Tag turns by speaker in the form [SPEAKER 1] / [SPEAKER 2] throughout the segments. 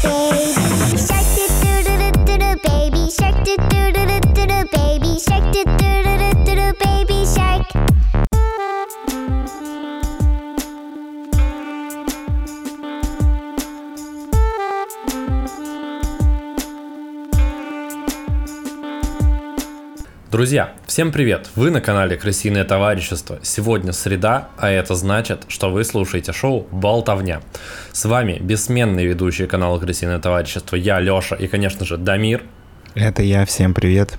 [SPEAKER 1] baby shark, do do do do do do, baby shark, do do do do do do, baby shark.
[SPEAKER 2] Друзья, всем привет! Вы на канале Крысиное товарищество. Сегодня среда, а это значит, что вы слушаете шоу «Болтовня». С вами бессменные ведущие канала Крысиное товарищество. Я, Лёша и, конечно же, Дамир.
[SPEAKER 3] Это я, всем привет.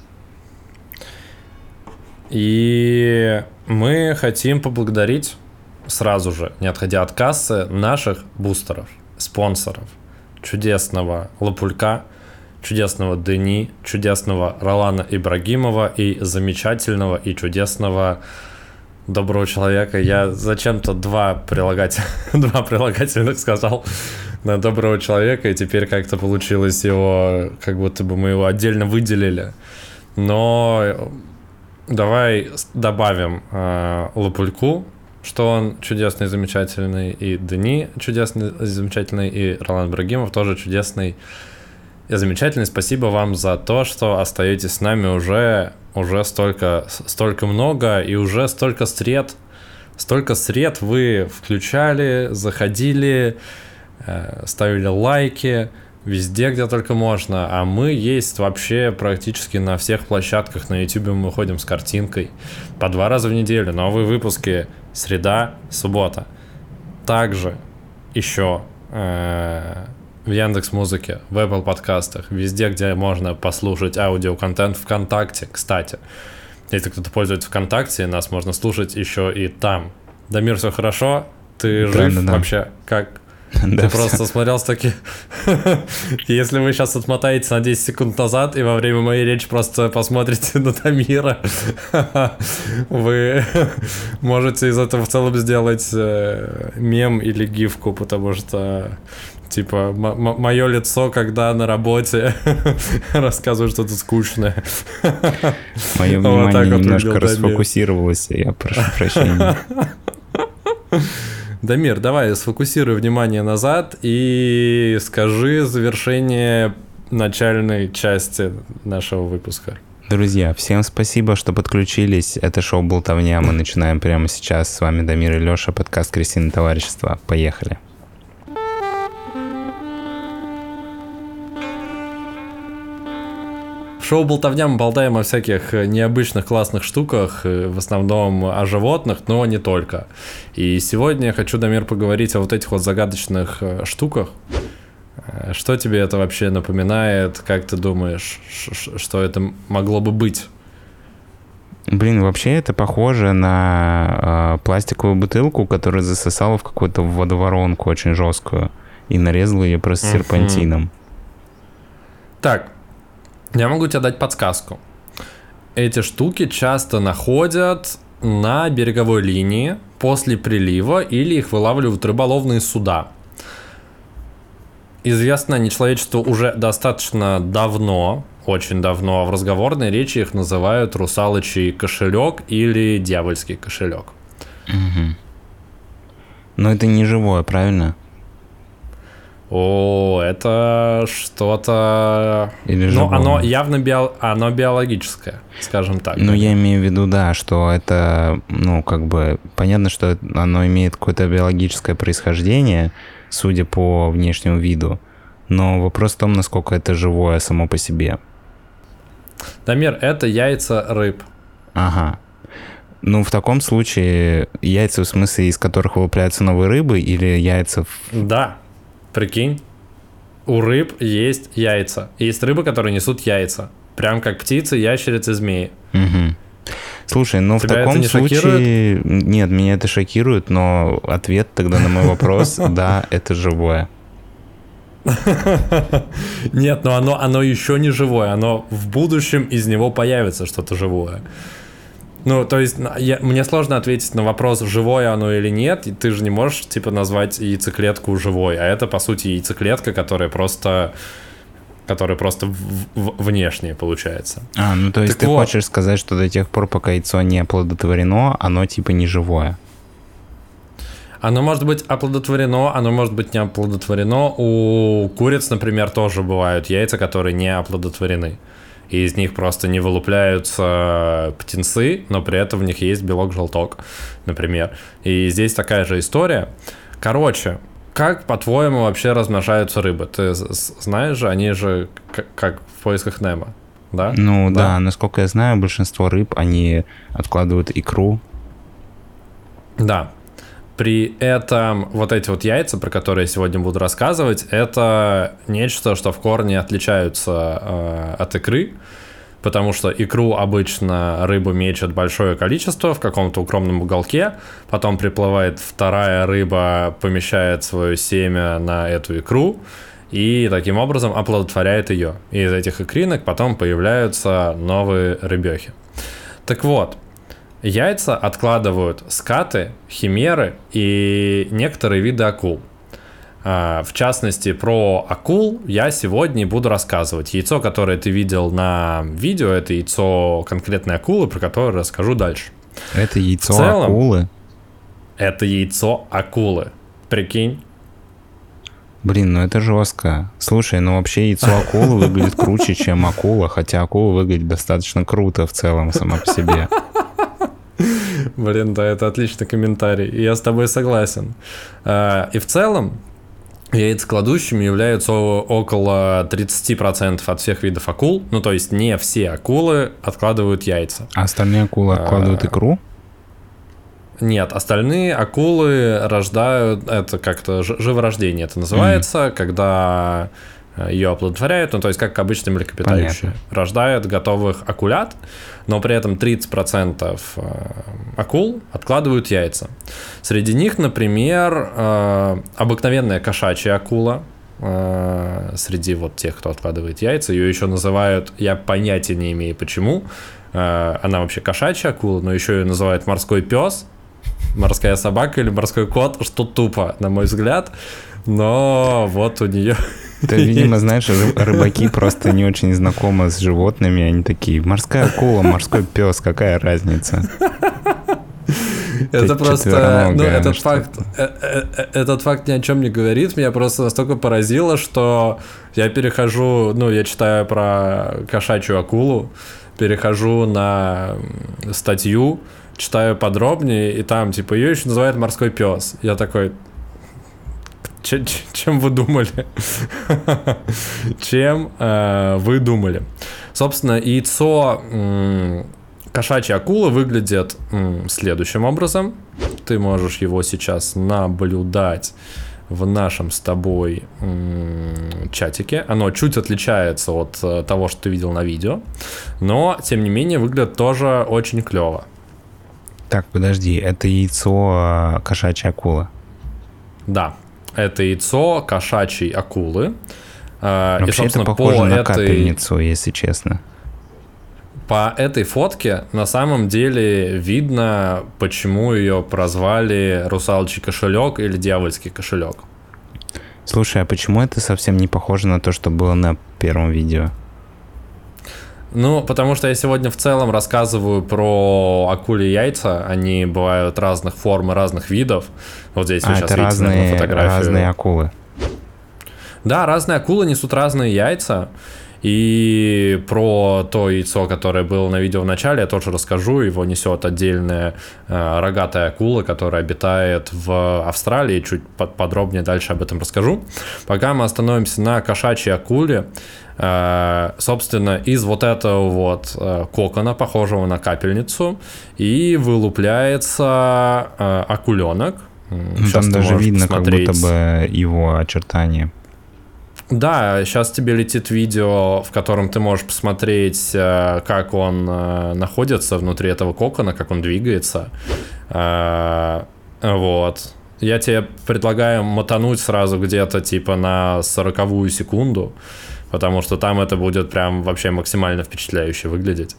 [SPEAKER 2] И мы хотим поблагодарить сразу же, не отходя от кассы, наших бустеров, спонсоров, чудесного Лапулька, чудесного Дени, чудесного Ролана Ибрагимова и замечательного и чудесного доброго человека. Я зачем-то два прилагательных сказал на доброго человека, и теперь как-то получилось его, как будто бы мы его отдельно выделили. Но давай добавим Лапульку, что он чудесный, замечательный, и Дени чудесный, замечательный, и Ролан Ибрагимов тоже чудесный и замечательный. Спасибо вам за то, что остаетесь с нами уже столько много, и уже столько сред вы включали, заходили, ставили лайки везде, где только можно. А мы есть вообще практически на всех площадках. На YouTube мы выходим с картинкой по 2 раза в неделю. Новые выпуски среда, суббота. Также еще в Яндекс.Музыке, в Apple подкастах, везде, где можно послушать аудиоконтент, ВКонтакте, кстати. Если кто-то пользуется ВКонтакте, нас можно слушать еще и там. Дамир, все хорошо? Ты жив вообще? Как? Ты просто смотрел с таким... Если вы сейчас отмотаете на 10 секунд назад и во время моей речи просто посмотрите на Дамира, вы можете из этого в целом сделать мем или гифку, потому что типа мое лицо, когда на работе рассказываю что-то скучное.
[SPEAKER 3] Мое внимание немножко расфокусировалось, я прошу прощения.
[SPEAKER 2] Дамир, давай сфокусируй внимание назад и скажи завершение начальной части нашего выпуска.
[SPEAKER 3] Друзья, всем спасибо, что подключились. Это шоу «Болтовня». Мы начинаем прямо сейчас. С вами Дамир и Лёша, подкаст «Крысиное товарищество». Поехали.
[SPEAKER 2] В шоу «Болтовня» мы болтаем о всяких необычных классных штуках, в основном о животных, но не только. И сегодня я хочу, Дамир, поговорить о вот этих вот загадочных штуках. Что тебе это вообще напоминает? Как ты думаешь, что это могло бы быть?
[SPEAKER 3] Блин, вообще это похоже на пластиковую бутылку, которую засосала в какую-то водоворонку очень жесткую и нарезала ее просто серпантином.
[SPEAKER 2] Так. Я могу тебе дать подсказку. Эти штуки часто находят на береговой линии после прилива или их вылавливают рыболовные суда. Известно они человечеству уже достаточно давно, очень давно. В разговорной речи их называют русалочий кошелек или дьявольский кошелек.
[SPEAKER 3] Угу. Но это не живое, правильно?
[SPEAKER 2] О, это что-то...
[SPEAKER 3] Или
[SPEAKER 2] ну, оно явно оно биологическое, скажем так.
[SPEAKER 3] Ну, я имею в виду, да, что это, ну, как бы, понятно, что оно имеет какое-то биологическое происхождение, судя по внешнему виду, но вопрос в том, насколько это живое само по себе.
[SPEAKER 2] Дамир, это яйца рыб.
[SPEAKER 3] Ага. Ну, в таком случае яйца, в смысле, из которых вылупляются новые рыбы, или яйца...
[SPEAKER 2] Да. Прикинь, у рыб есть яйца. Есть рыбы, которые несут яйца. Прям как птицы, ящерицы, змеи.
[SPEAKER 3] Угу. Слушай, ну в таком случае... Шокирует? Нет, меня это шокирует, но ответ тогда на мой вопрос, да, это живое.
[SPEAKER 2] Нет, но оно еще не живое. Оно в будущем из него появится что-то живое. Ну, то есть, мне сложно ответить на вопрос, живое оно или нет, и ты же не можешь, типа, назвать яйцеклетку живой, а это, по сути, яйцеклетка, которая просто внешняя получается.
[SPEAKER 3] Ну, то есть, ты хочешь сказать, что до тех пор, пока яйцо не оплодотворено, оно, типа, не живое?
[SPEAKER 2] Оно может быть оплодотворено, оно может быть не оплодотворено. У куриц, например, тоже бывают яйца, которые не оплодотворены. И из них просто не вылупляются птенцы, но при этом в них есть белок-желток, например. И здесь такая же история. Короче, как, по-твоему, вообще размножаются рыбы? Ты знаешь же, они же как в «Поисках Немо», да?
[SPEAKER 3] Ну да, насколько я знаю, большинство рыб, они откладывают икру.
[SPEAKER 2] Да. При этом вот эти вот яйца, про которые я сегодня буду рассказывать, это нечто, что в корне отличаются от икры, потому что икру обычно рыба мечет большое количество в каком-то укромном уголке, потом приплывает вторая рыба, помещает свое семя на эту икру и таким образом оплодотворяет ее. И из этих икринок потом появляются новые рыбехи. Так вот, яйца откладывают скаты, химеры и некоторые виды акул. В частности, про акул я сегодня буду рассказывать. Яйцо, которое ты видел на видео, это яйцо конкретной акулы, про которое расскажу дальше.
[SPEAKER 3] Это яйцо акулы?
[SPEAKER 2] Это яйцо акулы. Прикинь.
[SPEAKER 3] Блин, ну это жестко. Слушай, ну вообще яйцо акулы выглядит круче, чем акула, хотя акула выглядит достаточно круто в целом сама по себе.
[SPEAKER 2] Блин, да, это отличный комментарий, и я с тобой согласен. И в целом, яйцекладущими являются около 30% от всех видов акул, ну то есть не все акулы откладывают яйца.
[SPEAKER 3] А остальные акулы откладывают икру?
[SPEAKER 2] Нет, остальные акулы рождают, это как-то живорождение это называется, когда ее оплодотворяют, ну то есть как обычные млекопитающие. Понятно. Рождают готовых акулят, но при этом 30% акул откладывают яйца. Среди них, например, обыкновенная кошачья акула, среди вот тех, кто откладывает яйца, ее еще называют, я понятия не имею почему, она вообще кошачья акула, но еще ее называют морской пес, морская собака или морской кот, что тупо, на мой взгляд, но вот у нее...
[SPEAKER 3] Это, видимо, знаешь, рыбаки просто не очень знакомы с животными, они такие, морская акула, морской пес, какая разница?
[SPEAKER 2] Это просто, ну, этот факт ни о чем не говорит, меня просто настолько поразило, что я перехожу, ну, я читаю про кошачью акулу, перехожу на статью, читаю подробнее, и там, типа, ее еще называют морской пес. Я такой... Чем вы думали? Чем вы думали? Собственно, яйцо кошачьей акулы выглядит следующим образом. Ты можешь его сейчас наблюдать в нашем с тобой чатике. Оно чуть отличается от того, что ты видел на видео, но, тем не менее, выглядит тоже очень клево.
[SPEAKER 3] Так, подожди, это яйцо кошачьей акулы?
[SPEAKER 2] Да. Это яйцо кошачьей акулы.
[SPEAKER 3] Вообще это похоже на капельницу, если честно.
[SPEAKER 2] По этой фотке на самом деле видно, почему ее прозвали русалочий кошелек или дьявольский кошелек.
[SPEAKER 3] Слушай, а почему это совсем не похоже на то, что было на первом видео?
[SPEAKER 2] Ну, потому что я сегодня в целом рассказываю про акульи яйца. Они бывают разных форм и разных видов. Вот здесь вы сейчас
[SPEAKER 3] это
[SPEAKER 2] видите, наверное, фотографию.
[SPEAKER 3] Разные акулы.
[SPEAKER 2] Да, разные акулы несут разные яйца. И про то яйцо, которое было на видео в начале, я тоже расскажу. Его несет отдельная рогатая акула, которая обитает в Австралии. Чуть подробнее дальше об этом расскажу. Пока мы остановимся на кошачьей акуле. Собственно, из вот этого вот кокона, похожего на капельницу, и вылупляется акуленок.
[SPEAKER 3] Там даже видно посмотреть. Как будто бы его очертания.
[SPEAKER 2] Да, сейчас тебе летит видео, в котором ты можешь посмотреть, как он находится внутри этого кокона, как он двигается. Вот. Я тебе предлагаю мотануть сразу где-то типа на 40-ю секунду, потому что там это будет прям вообще максимально впечатляюще выглядеть.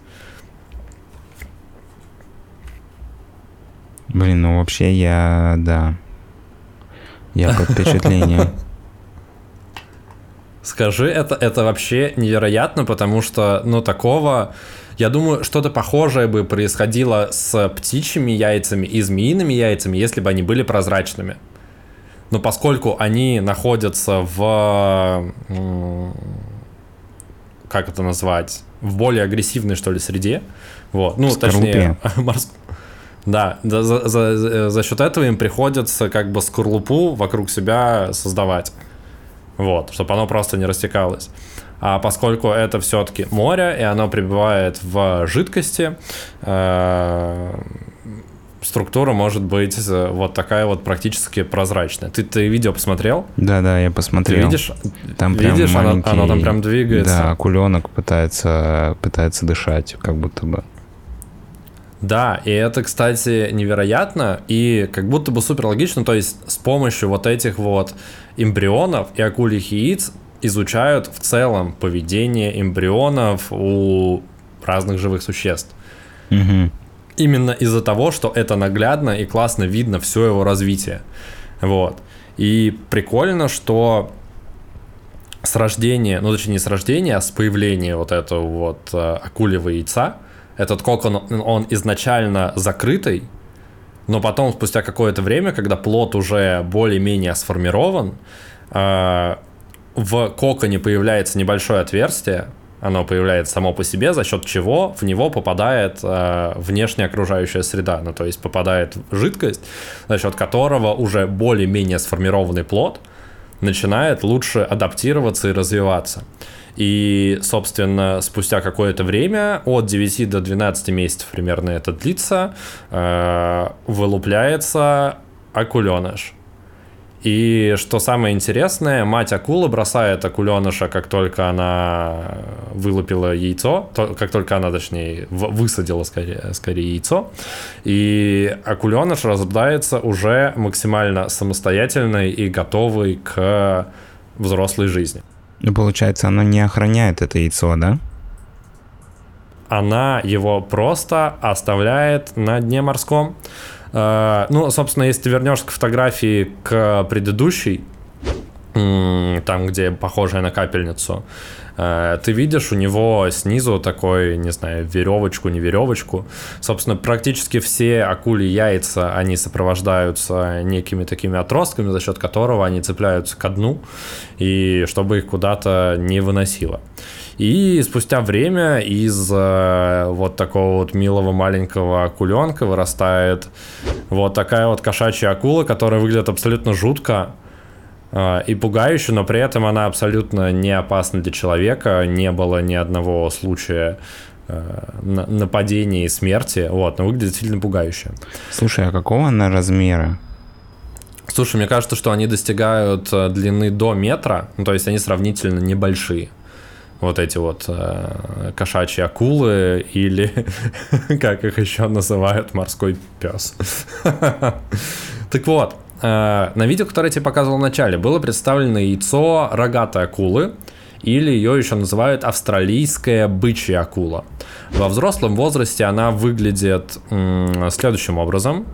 [SPEAKER 3] Блин, ну вообще я под впечатлением.
[SPEAKER 2] Скажи, это вообще невероятно, потому что, ну, такого... Я думаю, что-то похожее бы происходило с птичьими яйцами и змеиными яйцами, если бы они были прозрачными. Но поскольку они находятся в... Как это назвать? В более агрессивной, что ли, среде. Вот. Ну, точнее, да, за счет этого им приходится как бы скорлупу вокруг себя создавать. Вот, чтобы оно просто не растекалось. А поскольку это все-таки море, и оно пребывает в жидкости, структура может быть вот такая вот практически прозрачная. Ты видео посмотрел?
[SPEAKER 3] Да, я посмотрел.
[SPEAKER 2] Ты видишь?
[SPEAKER 3] Там прям маленький,
[SPEAKER 2] оно там прям двигается.
[SPEAKER 3] Да, акуленок пытается дышать, как будто бы.
[SPEAKER 2] Да, и это, кстати, невероятно и как будто бы супер логично. То есть с помощью вот этих вот эмбрионов и акульих яиц изучают в целом поведение эмбрионов у разных живых существ.
[SPEAKER 3] Угу.
[SPEAKER 2] Именно из-за того, что это наглядно и классно видно все его развитие. Вот. И прикольно, что с рождения, ну точнее не с рождения, а с появления вот этого вот акульего яйца, этот кокон, он изначально закрытый, но потом, спустя какое-то время, когда плод уже более-менее сформирован, в коконе появляется небольшое отверстие, оно появляется само по себе, за счет чего в него попадает внешняя окружающая среда, ну то есть попадает жидкость, за счет которого уже более-менее сформированный плод начинает лучше адаптироваться и развиваться. И, собственно, спустя какое-то время, от 9 до 12 месяцев примерно это длится, вылупляется акуленыш. И что самое интересное, мать акулы бросает акуленыша, как только она вылупила яйцо, как только она, точнее, высадила скорее яйцо, и акуленыш рождается уже максимально самостоятельный и готовый к взрослой жизни.
[SPEAKER 3] Ну, получается, она не охраняет это яйцо, да?
[SPEAKER 2] Она его просто оставляет на дне морском. Ну, собственно, если ты вернешься к фотографии к предыдущей, там, где похожая на капельницу, ты видишь у него снизу такой, не знаю, веревочку, не веревочку. Собственно, практически все акульи яйца, они сопровождаются некими такими отростками, за счет которого они цепляются ко дну, и чтобы их куда-то не выносило. И спустя время из вот такого вот милого маленького акуленка вырастает вот такая вот кошачья акула, которая выглядит абсолютно жутко и пугающе, но при этом она абсолютно не опасна для человека. Не было ни одного случая нападения и смерти. Вот, но выглядит сильно пугающе.
[SPEAKER 3] Слушай, а какого она размера?
[SPEAKER 2] Слушай, мне кажется, что они достигают длины до метра, ну, то есть они сравнительно небольшие. Вот эти вот кошачьи акулы или, как их еще называют, морской пес. Так вот, на видео, которое я тебе показывал в начале, было представлено яйцо рогатой акулы, или ее еще называют австралийская бычья акула. Во взрослом возрасте она выглядит следующим образом.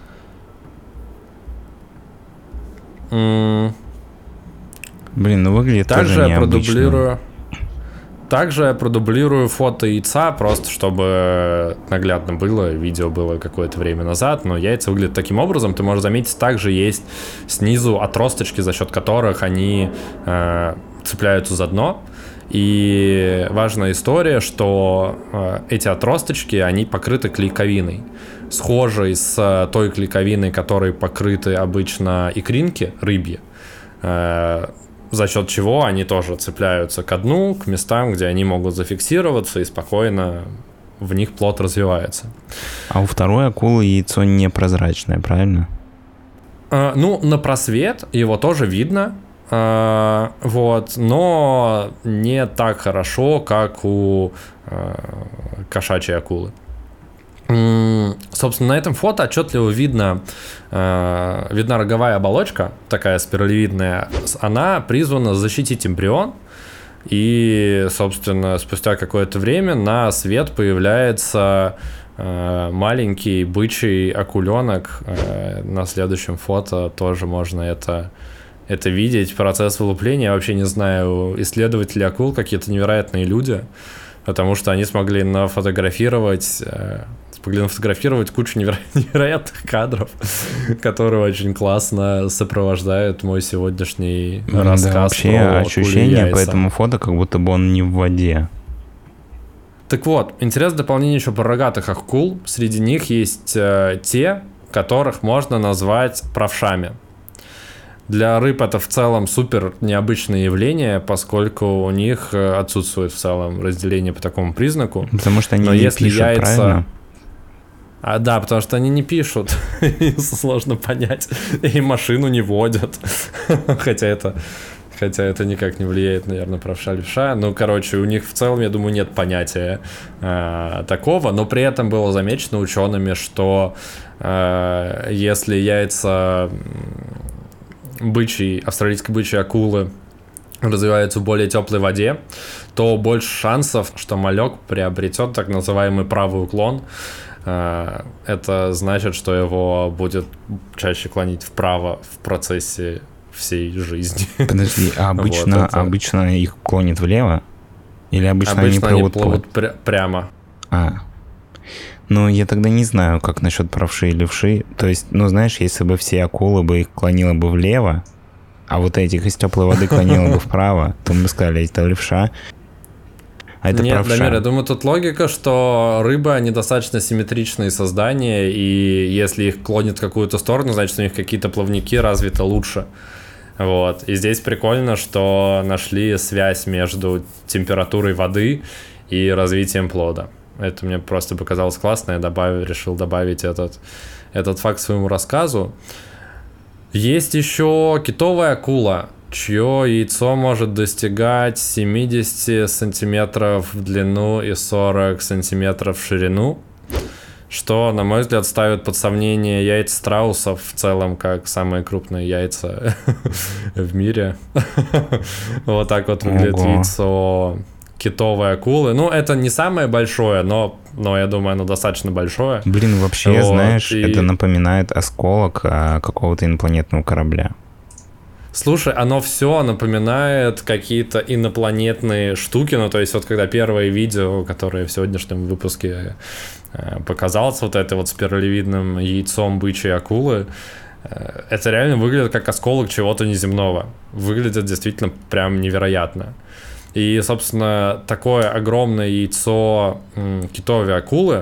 [SPEAKER 3] Блин, ну выглядит тоже необычно.
[SPEAKER 2] Также я продублирую фото яйца, просто чтобы наглядно было. Видео было какое-то время назад, но яйца выглядят таким образом. Ты можешь заметить, также есть снизу отросточки, за счет которых они цепляются за дно. И важная история, что эти отросточки, они покрыты клейковиной, схожей с той клейковиной, которой покрыты обычно икринки рыбьи. За счет чего они тоже цепляются ко дну, к местам, где они могут зафиксироваться, и спокойно в них плод развивается.
[SPEAKER 3] А у второй акулы яйцо непрозрачное, правильно?
[SPEAKER 2] Ну, на просвет его тоже видно, вот, но не так хорошо, как у кошачьей акулы. Собственно, на этом фото отчетливо видна роговая оболочка, такая спиралевидная. Она призвана защитить эмбрион. И, собственно, спустя какое-то время на свет появляется маленький бычий акуленок. На следующем фото тоже можно это это видеть, процесс вылупления. Я вообще не знаю, исследователи акул какие-то невероятные люди, потому что они смогли нафотографировать кучу невероятных кадров, которые очень классно сопровождают мой сегодняшний рассказ.
[SPEAKER 3] Да, вообще ощущение по этому фото, как будто бы он не в воде.
[SPEAKER 2] Так вот, интересное дополнение еще про рогатых акул. Среди них есть те, которых можно назвать правшами. Для рыб это в целом супер необычное явление, поскольку у них отсутствует в целом разделение по такому признаку.
[SPEAKER 3] Потому что они не пишут, правильно?
[SPEAKER 2] Да, потому что они не пишут, сложно понять, и машину не водят, хотя это никак не влияет, наверное, правша-левша. Ну, короче, у них в целом, я думаю, нет понятия такого, но при этом было замечено учеными, что если яйца австралийской бычьей акулы развиваются в более теплой воде, то больше шансов, что малек приобретет так называемый правый уклон. Это значит, что его будет чаще клонить вправо в процессе всей жизни.
[SPEAKER 3] Подожди, а обычно их клонит влево? Или обычно они плывут
[SPEAKER 2] прямо?
[SPEAKER 3] Ну, я тогда не знаю, как насчет правши и левши. То есть, ну, знаешь, если бы все акулы бы их клонило бы влево, а вот этих из теплой воды клонило бы вправо, то мы бы сказали, это левша. А это правша.
[SPEAKER 2] Дамир, я думаю, тут логика, что рыбы, они достаточно симметричные создания, и если их клонит в какую-то сторону, значит, у них какие-то плавники развиты лучше. Вот. И здесь прикольно, что нашли связь между температурой воды и развитием плода. Это мне просто показалось классно, я решил добавить этот факт к своему рассказу. Есть еще китовая акула, чье яйцо может достигать 70 сантиметров в длину и 40 сантиметров в ширину, что, на мой взгляд, ставит под сомнение яйца страусов в целом как самые крупные яйца в мире. Вот так вот выглядит яйцо китовой акулы. Ну, это не самое большое, но я думаю, оно достаточно большое.
[SPEAKER 3] Блин, вообще, вот, знаешь, это напоминает осколок какого-то инопланетного корабля.
[SPEAKER 2] Слушай, оно все напоминает какие-то инопланетные штуки. Ну, то есть, вот когда первое видео, которое в сегодняшнем выпуске показалось, вот это вот спиралевидным яйцом бычьей акулы, это реально выглядит как осколок чего-то неземного. Выглядит действительно прям невероятно. И, собственно, такое огромное яйцо китовой акулы,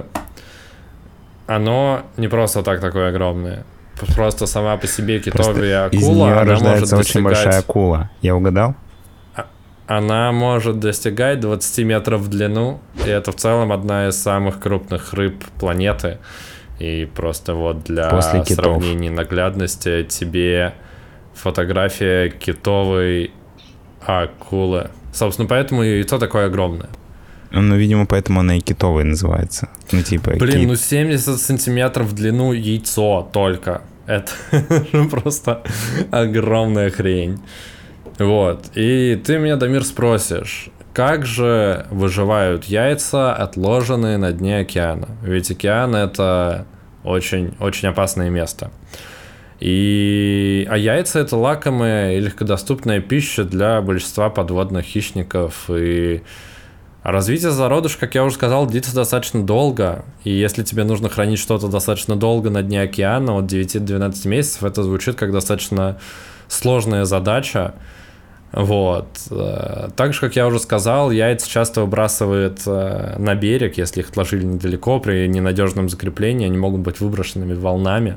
[SPEAKER 2] оно не просто так такое огромное. Просто сама по себе китовая акула,
[SPEAKER 3] из нее
[SPEAKER 2] она
[SPEAKER 3] рождается
[SPEAKER 2] может
[SPEAKER 3] очень большая акула. Я угадал?
[SPEAKER 2] Она может достигать 20 метров в длину, и это в целом одна из самых крупных рыб планеты. И просто вот для сравнения наглядности тебе фотография китовой акулы. Собственно, поэтому ее яйцо такое огромное.
[SPEAKER 3] Ну, видимо, поэтому она и китовой называется. Ну, типа,
[SPEAKER 2] блин, ну 70 сантиметров в длину яйцо только. Это просто огромная хрень. Вот. И ты меня, Дамир, спросишь, как же выживают яйца, отложенные на дне океана? Ведь океан — это очень опасное место. А яйца — это лакомая и легкодоступная пища для большинства подводных хищников. И развитие зародыша, как я уже сказал, длится достаточно долго. И если тебе нужно хранить что-то достаточно долго на дне океана, от 9 до 12 месяцев, это звучит как достаточно сложная задача. Вот. Так же, как я уже сказал, яйца часто выбрасывают на берег, если их отложили недалеко, при ненадежном закреплении, они могут быть выброшенными волнами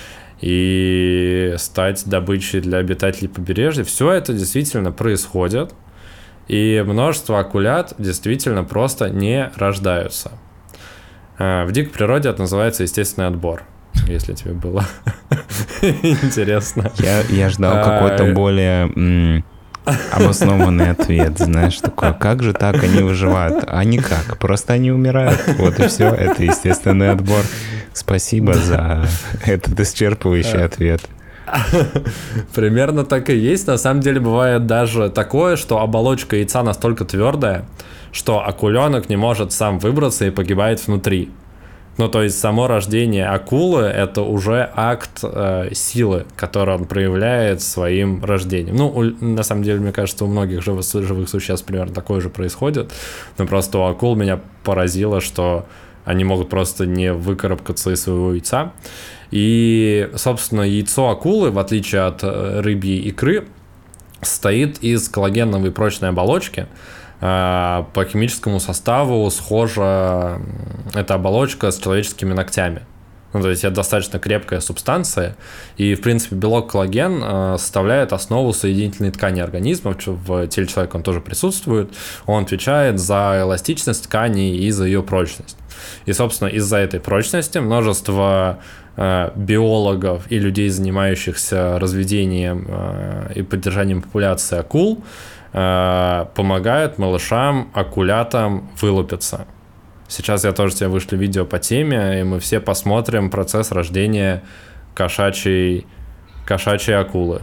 [SPEAKER 2] и стать добычей для обитателей побережья. Все это действительно происходит, и множество акулят действительно просто не рождаются. В дикой природе это называется естественный отбор, если тебе было интересно.
[SPEAKER 3] Я ждал какой-то более обоснованный ответ, знаешь, такой, как же так они выживают? А никак, просто они умирают. Вот и все, это естественный отбор. Спасибо за этот исчерпывающий ответ.
[SPEAKER 2] Примерно так и есть. На самом деле бывает даже такое, что оболочка яйца настолько твердая, что акуленок не может сам выбраться и погибает внутри. Ну, то есть само рождение акулы — это уже акт силы, который он проявляет своим рождением. Ну, на самом деле, мне кажется, у многих живых существ примерно такое же происходит, но просто у акул меня поразило, что они могут просто не выкарабкаться из своего яйца. И, собственно, яйцо акулы, в отличие от рыбьей икры, состоит из коллагеновой прочной оболочки. По химическому составу схожа эта оболочка с человеческими ногтями. Ну, то есть это достаточно крепкая субстанция, и, в принципе, белок коллаген составляет основу соединительной ткани организма. В теле человека он тоже присутствует. Он отвечает за эластичность ткани и за ее прочность. И, собственно, из-за этой прочности множество биологов и людей, занимающихся разведением и поддержанием популяции акул, помогают малышам, акулятам вылупиться. Сейчас я тоже тебе вышлю видео по теме, и мы все посмотрим процесс рождения кошачьей акулы.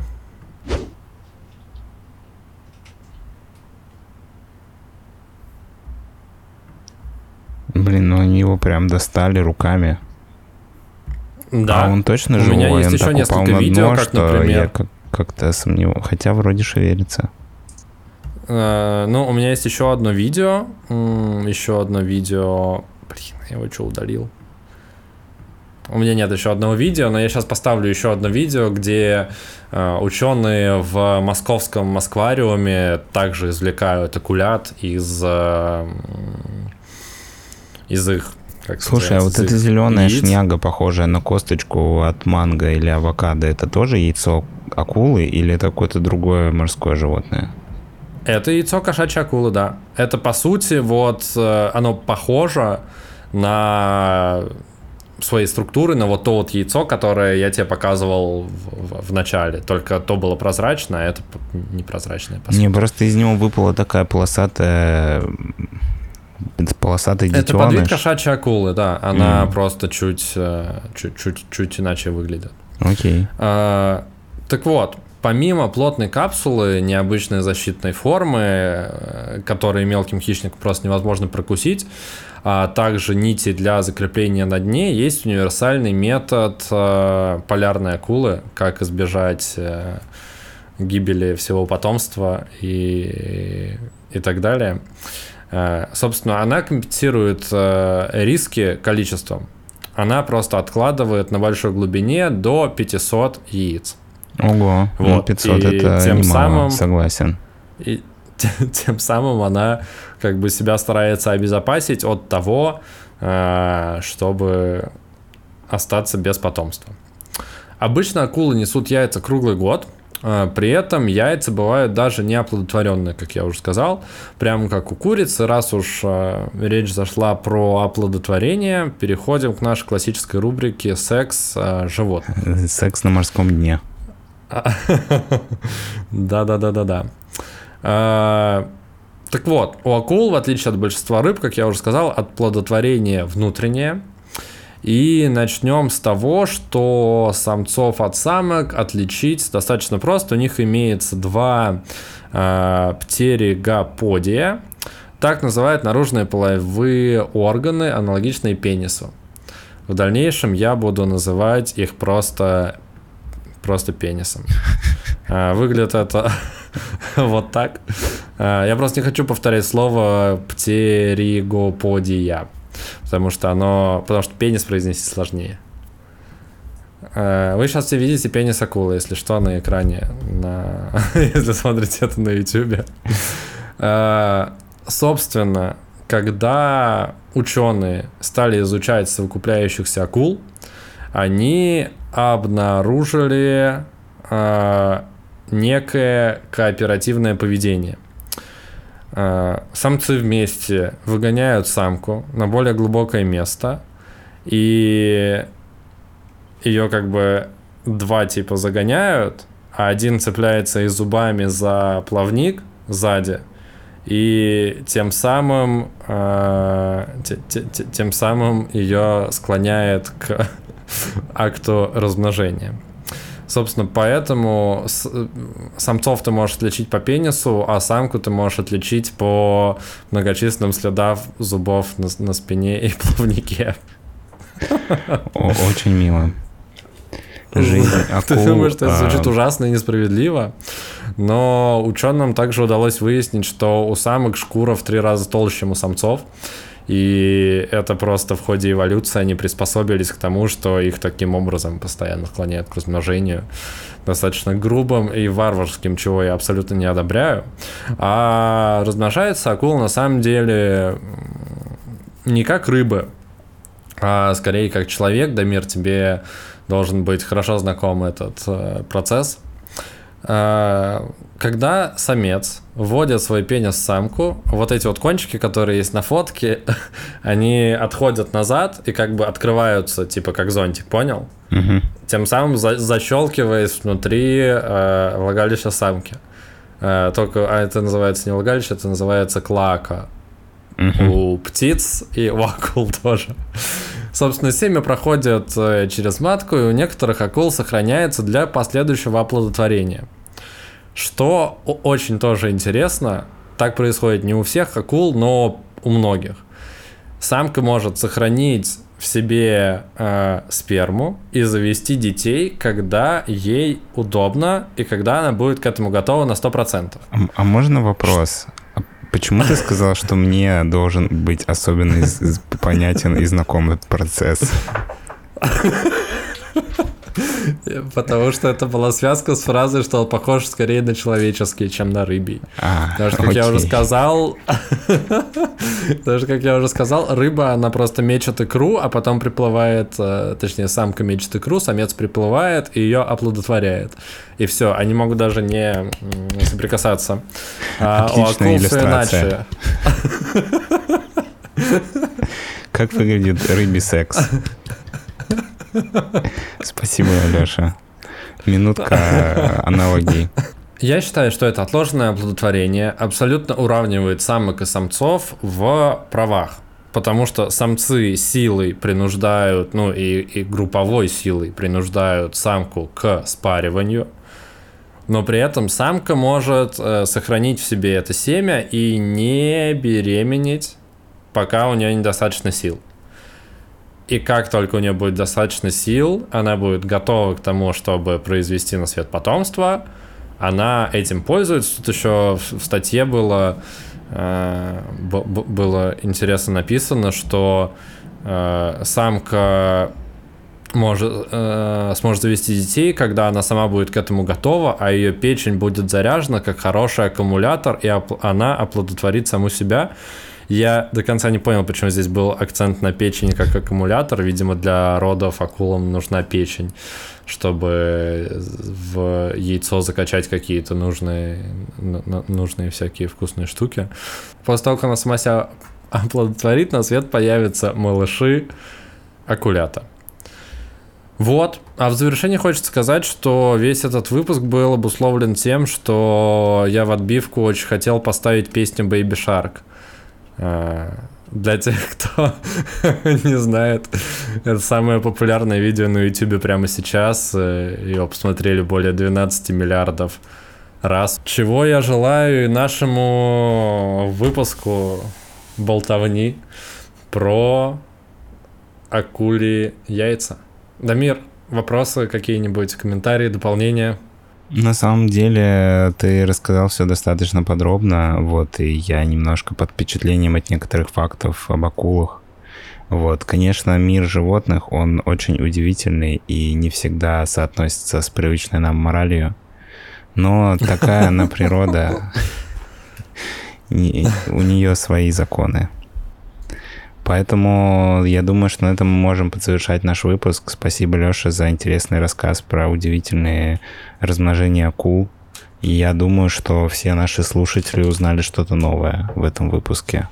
[SPEAKER 3] Блин, ну они его прям достали руками.
[SPEAKER 2] Да.
[SPEAKER 3] А он точно
[SPEAKER 2] У
[SPEAKER 3] живой?
[SPEAKER 2] меня есть
[SPEAKER 3] Он
[SPEAKER 2] еще
[SPEAKER 3] так
[SPEAKER 2] несколько
[SPEAKER 3] упал на
[SPEAKER 2] видео,
[SPEAKER 3] дно,
[SPEAKER 2] как,
[SPEAKER 3] что
[SPEAKER 2] например...
[SPEAKER 3] я как-то сомневаюсь. Хотя вроде шевелится.
[SPEAKER 2] Ну, у меня есть еще одно видео. Блин, я его что, удалил? У меня нет еще одного видео, но я сейчас поставлю еще одно видео, где ученые в московском москвариуме также извлекают акулят из их...
[SPEAKER 3] Слушай, а вот эта зеленая шняга, похожая на косточку от манго или авокадо, это тоже яйцо акулы или это какое-то другое морское животное?
[SPEAKER 2] Это яйцо кошачьей акулы, да. Это, по сути, вот оно похоже на своей структуры, на вот то вот яйцо, которое я тебе показывал в начале. Только то было прозрачное, а это непрозрачное.
[SPEAKER 3] Не, просто из него выпала такая полосатый детеныш.
[SPEAKER 2] Это подвид кошачьей акулы, да. Она просто чуть иначе выглядит.
[SPEAKER 3] Окей.
[SPEAKER 2] Так вот, помимо плотной капсулы, необычной защитной формы, которые мелким хищникам просто невозможно прокусить, а также нити для закрепления на дне, есть универсальный метод полярной акулы, как избежать гибели всего потомства и так далее. Собственно, она компенсирует риски количеством. Она просто откладывает на большой глубине до 500 яиц.
[SPEAKER 3] Ого,
[SPEAKER 2] вот.
[SPEAKER 3] Ну 500 это
[SPEAKER 2] тем
[SPEAKER 3] немало,
[SPEAKER 2] самым,
[SPEAKER 3] согласен.
[SPEAKER 2] И тем самым она как бы себя старается обезопасить от того, чтобы остаться без потомства. Обычно акулы несут яйца круглый год, при этом яйца бывают даже неоплодотворенные, как я уже сказал, прямо как у курицы. Раз уж речь зашла про оплодотворение, переходим к нашей классической рубрике «Секс животных».
[SPEAKER 3] Секс на морском дне.
[SPEAKER 2] Да. Так вот, у акул, в отличие от большинства рыб, как я уже сказал, оплодотворение внутреннее. И начнем с того, что самцов от самок отличить достаточно просто. У них имеется два птеригоподия. Так называют наружные половые органы, аналогичные пенису. В дальнейшем я буду называть их просто пенисом. Выглядит это вот так. Я просто не хочу повторять слово птеригоподия, потому что пенис произнести сложнее. Вы сейчас все видите пенис акулы, если что, на экране, если смотрите это на YouTube. Собственно, когда ученые стали изучать совокупляющихся акул, они обнаружили некое кооперативное поведение. Самцы вместе выгоняют самку на более глубокое место, и ее как бы два типа загоняют, а один цепляется и зубами за плавник сзади, и тем самым ее склоняет к акту размножения. Собственно, поэтому самцов ты можешь отличить по пенису, а самку ты можешь отличить по многочисленным следам зубов на спине и плавнике.
[SPEAKER 3] Очень мило. Жизнь акул...
[SPEAKER 2] Ты думаешь, что это звучит ужасно и несправедливо? Но ученым также удалось выяснить, что у самок шкура в 3 раза толще, чем у самцов. И это просто в ходе эволюции они приспособились к тому, что их таким образом постоянно склоняют к размножению. Достаточно грубым и варварским, чего я абсолютно не одобряю. А размножается акула на самом деле не как рыбы, а скорее как человек. Дамир, тебе должен быть хорошо знаком этот процесс. Когда самец вводит свой пенис в самку, вот эти вот кончики, которые есть на фотке, они отходят назад и как бы открываются, типа как зонтик, понял?
[SPEAKER 3] Угу.
[SPEAKER 2] Тем самым защелкиваясь внутри влагалища самки. Только это называется не влагалище, это называется клоака. У птиц и у акул тоже. Собственно, семя проходит через матку, и у некоторых акул сохраняется для последующего оплодотворения. Что очень тоже интересно, так происходит не у всех акул, но у многих. Самка может сохранить в себе сперму и завести детей, когда ей удобно и когда она будет к этому готова на 100%.
[SPEAKER 3] А можно вопрос? Почему ты сказал, что мне должен быть особенно понятен и знаком этот процесс?
[SPEAKER 2] Потому что это была связка с фразой, что он похож скорее на человеческий, чем на рыбий. Потому что, как я уже сказал, рыба, она просто мечет икру, а потом приплывает, точнее, самка мечет икру, самец приплывает и ее оплодотворяет. И все, они могут даже не соприкасаться.
[SPEAKER 3] Отличная иллюстрация. Как выглядит рыбий секс? Спасибо, Леша. Минутка аналогий.
[SPEAKER 2] Я считаю, что это отложенное оплодотворение абсолютно уравнивает самок и самцов в правах. Потому что самцы силой принуждают, ну и групповой силой принуждают самку к спариванию. Но при этом самка может сохранить в себе это семя и не беременеть, пока у нее недостаточно сил. И как только у нее будет достаточно сил, она будет готова к тому, чтобы произвести на свет потомство, она этим пользуется. Тут еще в статье было интересно написано, что самка сможет завести детей, когда она сама будет к этому готова, а ее печень будет заряжена как хороший аккумулятор, и она оплодотворит саму себя. Я до конца не понял, почему здесь был акцент на печень как аккумулятор. Видимо, для родов акулам нужна печень, чтобы в яйцо закачать какие-то нужные всякие вкусные штуки. После того, как она сама себя оплодотворит, на свет появятся малыши акулята. Вот. А в завершении хочется сказать, что весь этот выпуск был обусловлен тем, что я в отбивку очень хотел поставить песню Baby Shark. Для тех, кто не знает, это самое популярное видео на YouTube прямо сейчас. Его посмотрели более 12 миллиардов раз. Чего я желаю нашему выпуску болтовни про акульи яйца. Дамир, вопросы какие-нибудь, комментарии, дополнения?
[SPEAKER 3] На самом деле ты рассказал все достаточно подробно, вот, и я немножко под впечатлением от некоторых фактов об акулах. Вот, конечно, мир животных, он очень удивительный и не всегда соотносится с привычной нам моралью, но такая она природа, у нее свои законы. Поэтому я думаю, что на этом мы можем подзавершать наш выпуск. Спасибо, Леша, за интересный рассказ про удивительные размножения акул. И я думаю, что все наши слушатели узнали что-то новое в этом выпуске.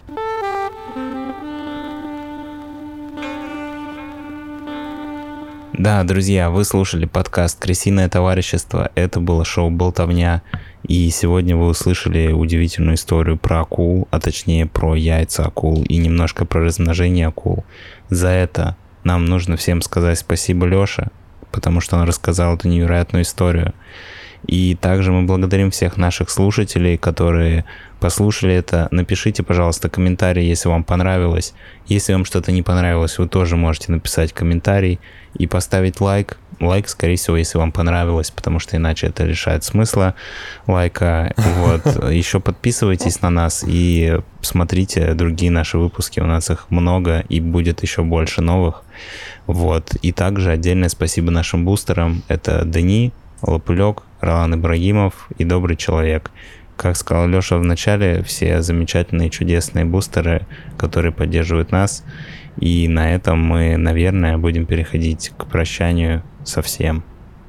[SPEAKER 3] Да, друзья, вы слушали подкаст «Крысиное товарищество». Это было шоу «Болтовня». И сегодня вы услышали удивительную историю про акул, а точнее про яйца акул и немножко про размножение акул. За это нам нужно всем сказать спасибо Лёше, потому что он рассказал эту невероятную историю. И также мы благодарим всех наших слушателей, которые послушали это. Напишите, пожалуйста, комментарий, если вам понравилось. Если вам что-то не понравилось, вы тоже можете написать комментарий и поставить лайк. Лайк, скорее всего, если вам понравилось, потому что иначе это лишает смысла лайка. Вот. Еще подписывайтесь на нас и смотрите другие наши выпуски. У нас их много и будет еще больше новых. Вот. И также отдельное спасибо нашим бустерам. Это Дани, Лопулек, Ролан Ибрагимов и Добрый Человек. Как сказал Леша в начале, все замечательные, чудесные бустеры, которые поддерживают нас. И на этом мы, наверное, будем переходить к прощанию со всем.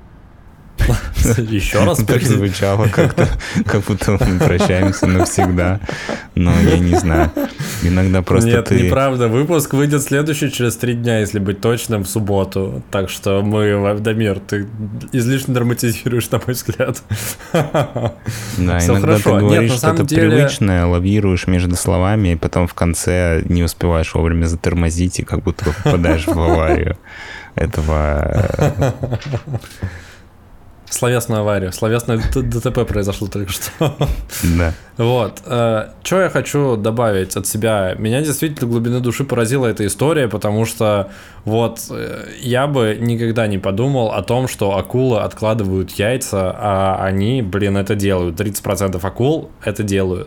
[SPEAKER 2] Еще раз
[SPEAKER 3] Так звучало как-то, как будто мы прощаемся навсегда. Но я не знаю. Иногда просто
[SPEAKER 2] Нет,
[SPEAKER 3] ты...
[SPEAKER 2] неправда. Выпуск выйдет следующий через 3 дня, если быть точным, в субботу. Так что мы, Дамир, ты излишне драматизируешь, на мой взгляд.
[SPEAKER 3] Да,
[SPEAKER 2] Всё
[SPEAKER 3] иногда
[SPEAKER 2] хорошо.
[SPEAKER 3] ты говоришь
[SPEAKER 2] Нет, на самом
[SPEAKER 3] что-то
[SPEAKER 2] деле-
[SPEAKER 3] привычное, лавируешь между словами, и потом в конце не успеваешь вовремя затормозить, и как будто попадаешь в аварию этого...
[SPEAKER 2] Словесную аварию. Словесное ДТП произошло только что.
[SPEAKER 3] Да.
[SPEAKER 2] Вот. Что я хочу добавить от себя? Меня действительно в глубины души поразила эта история, потому что вот я бы никогда не подумал о том, что акулы откладывают яйца, а они, это делают. 30% акул это делают.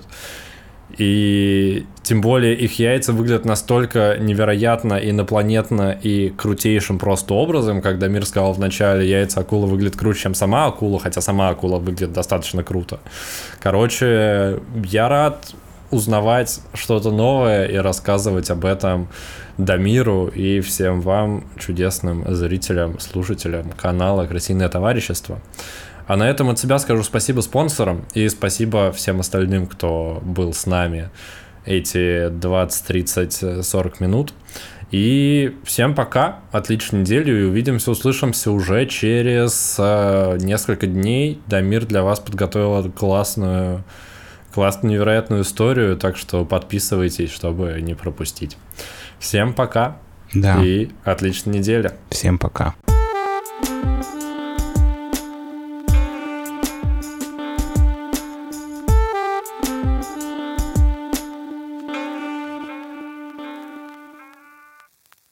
[SPEAKER 2] И тем более их яйца выглядят настолько невероятно, инопланетно и крутейшим просто образом, как Дамир сказал в начале, яйца акулы выглядят круче, чем сама акула, хотя сама акула выглядит достаточно круто. Короче, я рад узнавать что-то новое и рассказывать об этом Дамиру и всем вам, чудесным зрителям, слушателям канала «Крысиное товарищество». А на этом от себя скажу спасибо спонсорам и спасибо всем остальным, кто был с нами эти 20, 30, 40 минут. И всем пока, отличной недели, и увидимся, услышимся уже через несколько дней. Дамир для вас подготовил классную, невероятную историю, так что подписывайтесь, чтобы не пропустить. Всем пока
[SPEAKER 3] Да.
[SPEAKER 2] и отличной недели.
[SPEAKER 3] Всем пока.